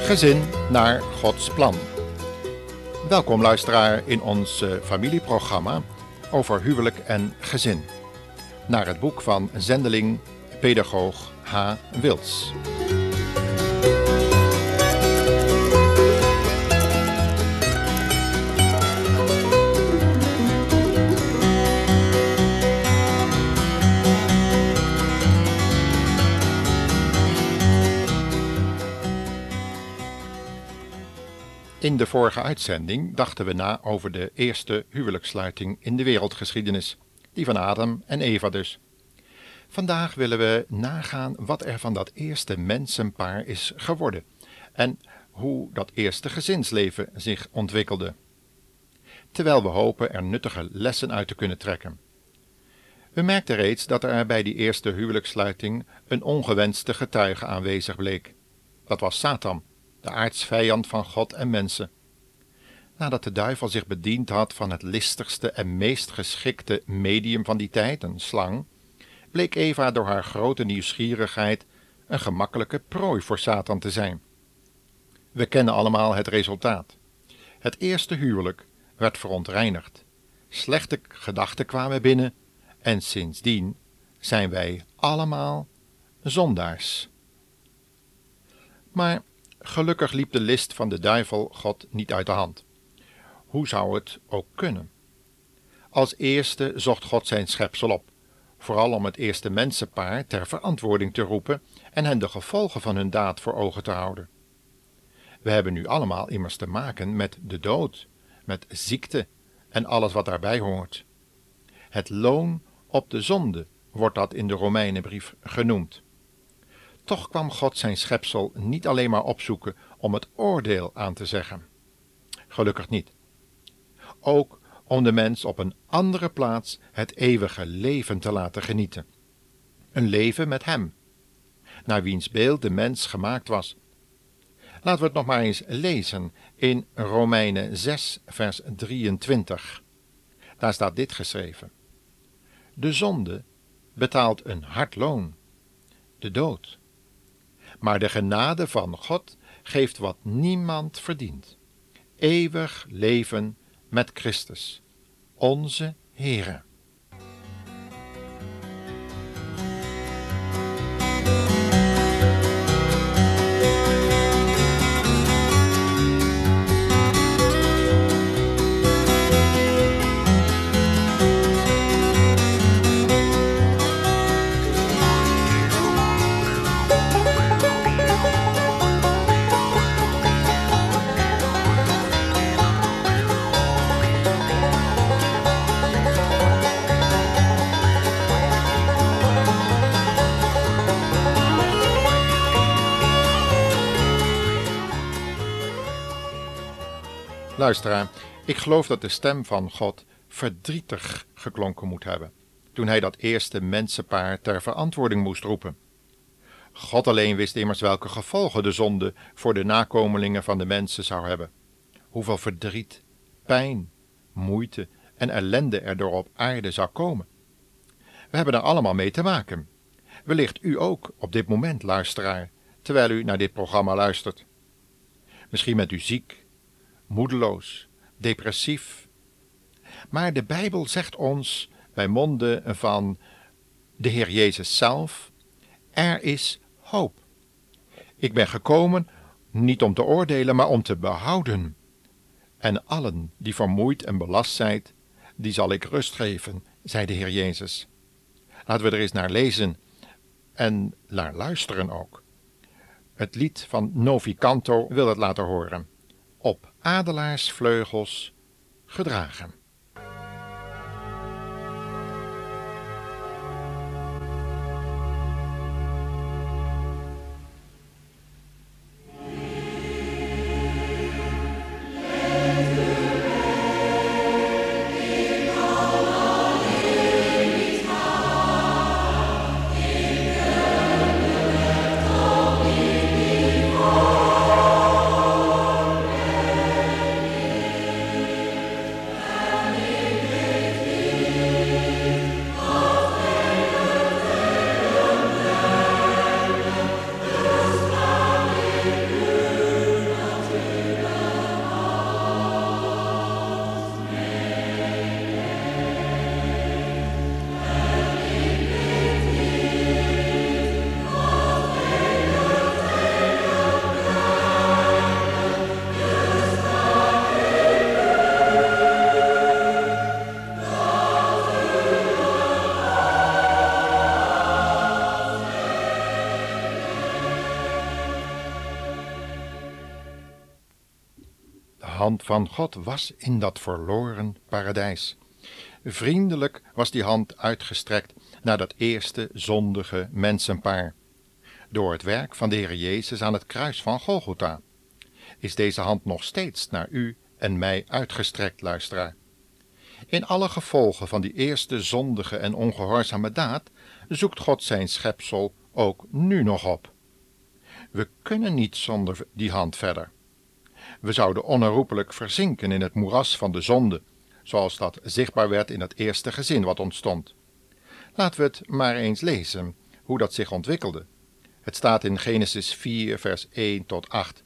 Gezin naar Gods plan. Welkom luisteraar in ons familieprogramma over huwelijk en gezin. Naar het boek van zendeling pedagoog H. Wils. In de vorige uitzending dachten we na over de eerste huwelijkssluiting in de wereldgeschiedenis, die van Adam en Eva dus. Vandaag willen we nagaan wat er van dat eerste mensenpaar is geworden en hoe dat eerste gezinsleven zich ontwikkelde. Terwijl we hopen er nuttige lessen uit te kunnen trekken. We merkten reeds dat er bij die eerste huwelijkssluiting een ongewenste getuige aanwezig bleek. Dat was Satan, de aartsvijand van God en mensen. Nadat de duivel zich bediend had van het listigste en meest geschikte medium van die tijd, een slang, bleek Eva door haar grote nieuwsgierigheid een gemakkelijke prooi voor Satan te zijn. We kennen allemaal het resultaat. Het eerste huwelijk werd verontreinigd. Slechte gedachten kwamen binnen en sindsdien zijn wij allemaal zondaars. Maar gelukkig liep de list van de duivel God niet uit de hand. Hoe zou het ook kunnen? Als eerste zocht God zijn schepsel op, vooral om het eerste mensenpaar ter verantwoording te roepen en hen de gevolgen van hun daad voor ogen te houden. We hebben nu allemaal immers te maken met de dood, met ziekte en alles wat daarbij hoort. Het loon op de zonde wordt dat in de Romeinenbrief genoemd. Toch kwam God zijn schepsel niet alleen maar opzoeken om het oordeel aan te zeggen. Gelukkig niet. Ook om de mens op een andere plaats het eeuwige leven te laten genieten. Een leven met hem, naar wiens beeld de mens gemaakt was. Laten we het nog maar eens lezen in Romeinen 6 vers 23. Daar staat dit geschreven. De zonde betaalt een hard loon, de dood. Maar de genade van God geeft wat niemand verdient. Eeuwig leven met Christus, onze Heere. Luisteraar, ik geloof dat de stem van God verdrietig geklonken moet hebben, toen hij dat eerste mensenpaar ter verantwoording moest roepen. God alleen wist immers welke gevolgen de zonde voor de nakomelingen van de mensen zou hebben. Hoeveel verdriet, pijn, moeite en ellende er door op aarde zou komen. We hebben er allemaal mee te maken. Wellicht u ook op dit moment, luisteraar, terwijl u naar dit programma luistert. Misschien bent u ziek, moedeloos, depressief. Maar de Bijbel zegt ons bij monden van de Heer Jezus zelf, er is hoop. Ik ben gekomen niet om te oordelen, maar om te behouden. En allen die vermoeid en belast zijn, die zal ik rust geven, zei de Heer Jezus. Laten we er eens naar lezen en naar luisteren ook. Het lied van Novi Canto wil het laten horen. Op adelaarsvleugels gedragen. hand van God was in dat verloren paradijs. Vriendelijk was die hand uitgestrekt naar dat eerste zondige mensenpaar. Door het werk van de Heer Jezus aan het kruis van Golgotha is deze hand nog steeds naar u en mij uitgestrekt, luisteraar. In alle gevolgen van die eerste zondige en ongehoorzame daad zoekt God zijn schepsel ook nu nog op. We kunnen niet zonder die hand verder. We zouden onherroepelijk verzinken in het moeras van de zonde, zoals dat zichtbaar werd in het eerste gezin wat ontstond. Laten we het maar eens lezen, hoe dat zich ontwikkelde. Het staat in Genesis 4, vers 1 tot 8.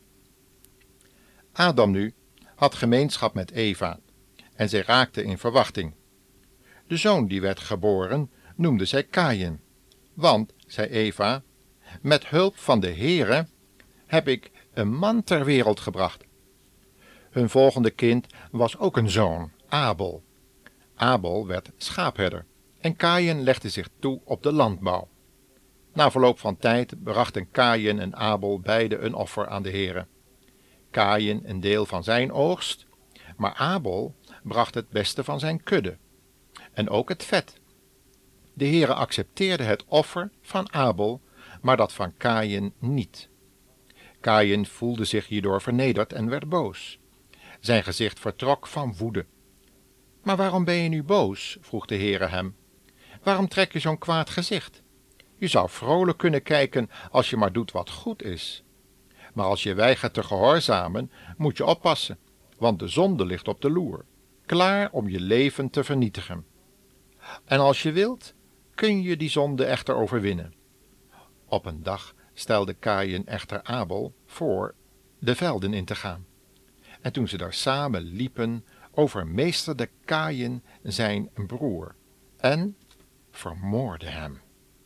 Adam nu had gemeenschap met Eva, en zij raakte in verwachting. De zoon die werd geboren, noemde zij Kaïn. Want, zei Eva, met hulp van de Heere heb ik een man ter wereld gebracht. Hun volgende kind was ook een zoon, Abel. Abel werd schaapherder en Kaïn legde zich toe op de landbouw. Na verloop van tijd brachten Kaïn en Abel beide een offer aan de Heere. Kaïn een deel van zijn oogst, maar Abel bracht het beste van zijn kudde en ook het vet. De Heere accepteerde het offer van Abel, maar dat van Kaïn niet. Kaïn voelde zich hierdoor vernederd en werd boos. Zijn gezicht vertrok van woede. Maar waarom ben je nu boos? Vroeg de Heere hem. Waarom trek je zo'n kwaad gezicht? Je zou vrolijk kunnen kijken als je maar doet wat goed is. Maar als je weigert te gehoorzamen, moet je oppassen, want de zonde ligt op de loer, klaar om je leven te vernietigen. En als je wilt, kun je die zonde echter overwinnen. Op een dag stelde Kaïn echter Abel voor de velden in te gaan. En toen ze daar samen liepen, overmeesterde Kaïn zijn broer en vermoordde hem.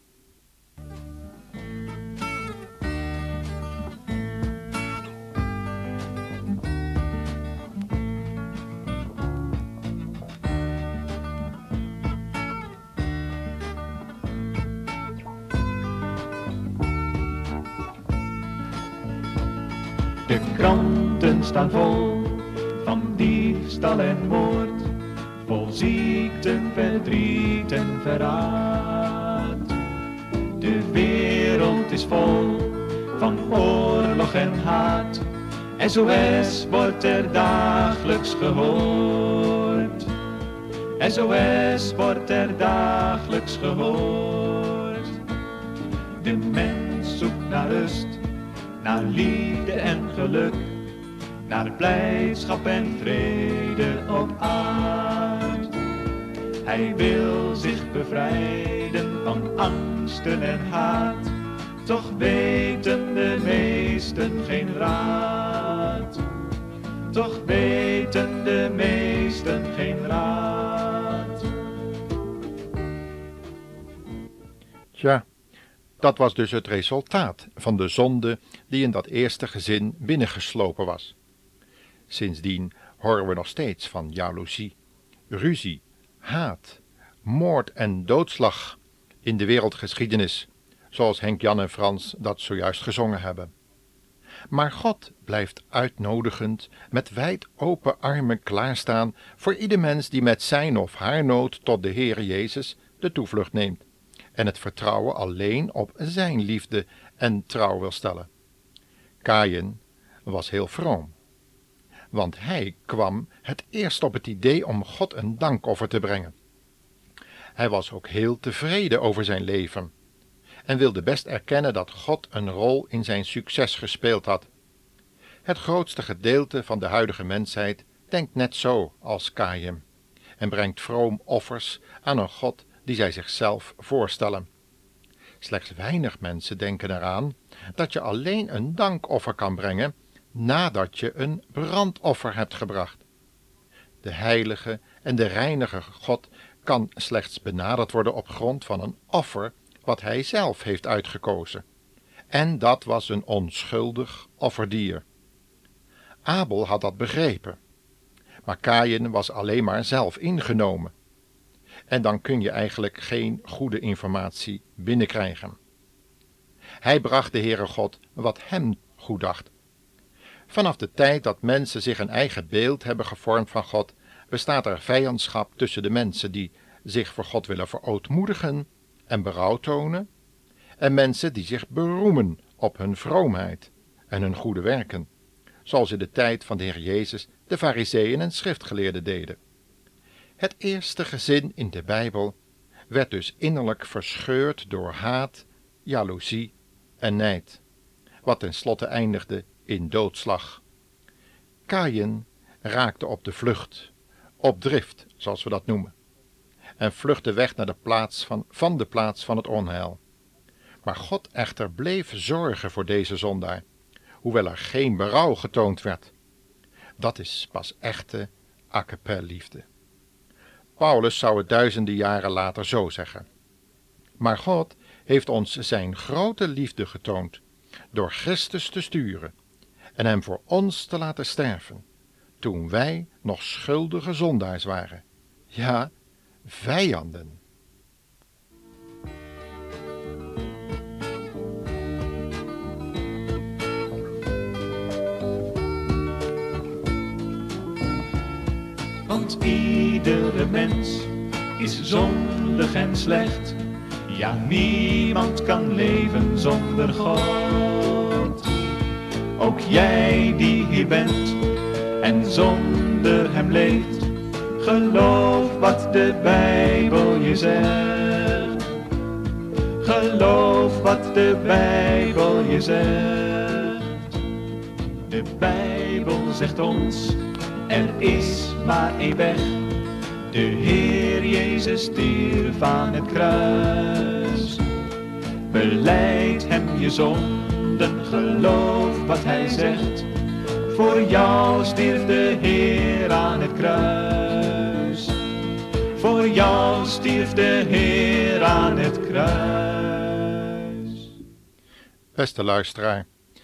De kranten staan vol van diefstal en moord, vol ziekten, verdriet en verraad. De wereld is vol van oorlog en haat, SOS wordt er dagelijks gehoord. SOS wordt er dagelijks gehoord. De mens zoekt naar rust, naar liefde en geluk, naar blijdschap en vrede op aard. Hij wil zich bevrijden van angsten en haat, toch weten de meesten geen raad. Toch weten de meesten geen raad. Tja, dat was dus het resultaat van de zonde die in dat eerste gezin binnengeslopen was. Sindsdien horen we nog steeds van jaloezie, ruzie, haat, moord en doodslag in de wereldgeschiedenis, zoals Henk, Jan en Frans dat zojuist gezongen hebben. Maar God blijft uitnodigend, met wijd open armen klaarstaan voor ieder mens die met zijn of haar nood tot de Heere Jezus de toevlucht neemt en het vertrouwen alleen op zijn liefde en trouw wil stellen. Kaïn was heel vroom, want hij kwam het eerst op het idee om God een dankoffer te brengen. Hij was ook heel tevreden over zijn leven en wilde best erkennen dat God een rol in zijn succes gespeeld had. Het grootste gedeelte van de huidige mensheid denkt net zo als Kaïn en brengt vroom offers aan een God die zij zichzelf voorstellen. Slechts weinig mensen denken eraan dat je alleen een dankoffer kan brengen nadat je een brandoffer hebt gebracht. De heilige en de reinige God kan slechts benaderd worden op grond van een offer wat hij zelf heeft uitgekozen. En dat was een onschuldig offerdier. Abel had dat begrepen, maar Kaïn was alleen maar zelf ingenomen. En dan kun je eigenlijk geen goede informatie binnenkrijgen. Hij bracht de Heere God wat hem goed dacht. Vanaf de tijd dat mensen zich een eigen beeld hebben gevormd van God, bestaat er vijandschap tussen de mensen die zich voor God willen verootmoedigen en berouw tonen, en mensen die zich beroemen op hun vroomheid en hun goede werken, zoals in de tijd van de Heer Jezus de Farizeeën en schriftgeleerden deden. Het eerste gezin in de Bijbel werd dus innerlijk verscheurd door haat, jaloezie en nijd, wat tenslotte eindigde in doodslag. Kaïn raakte op de vlucht, op drift, zoals we dat noemen, en vluchtte weg naar de plaats van het onheil. Maar God echter bleef zorgen voor deze zondaar, hoewel er geen berouw getoond werd. Dat is pas echte akepelliefde. Paulus zou het duizenden jaren later zo zeggen: maar God heeft ons zijn grote liefde getoond door Christus te sturen en hem voor ons te laten sterven, toen wij nog schuldige zondaars waren, ja, vijanden. Want iedere mens is zondig en slecht. Ja, niemand kan leven zonder God. Ook jij die hier bent en zonder hem leeft, geloof wat de Bijbel je zegt. Geloof wat de Bijbel je zegt. De Bijbel zegt ons: er is maar één weg. De Heer Jezus stierf aan het kruis. Belijd hem je zonden, geloof wat hij zegt. Voor jou stierf de Heer aan het kruis. Voor jou stierf de Heer aan het kruis. Beste luisteraar,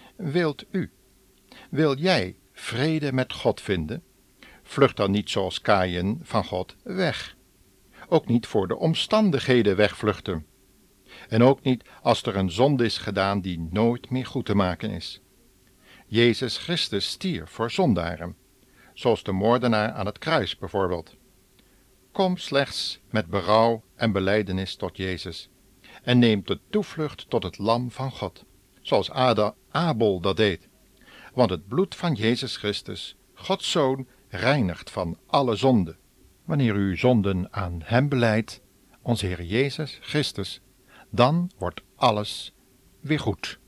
wil jij vrede met God vinden? Vlucht dan niet zoals Kaïn van God weg. Ook niet voor de omstandigheden wegvluchten. En ook niet als er een zonde is gedaan die nooit meer goed te maken is. Jezus Christus stierf voor zondaren, zoals de moordenaar aan het kruis bijvoorbeeld. Kom slechts met berouw en belijdenis tot Jezus en neem de toevlucht tot het lam van God, zoals Abel dat deed. Want het bloed van Jezus Christus, Gods Zoon, reinigt van alle zonde. Wanneer u zonden aan hem belijdt, onze Heer Jezus Christus, dan wordt alles weer goed.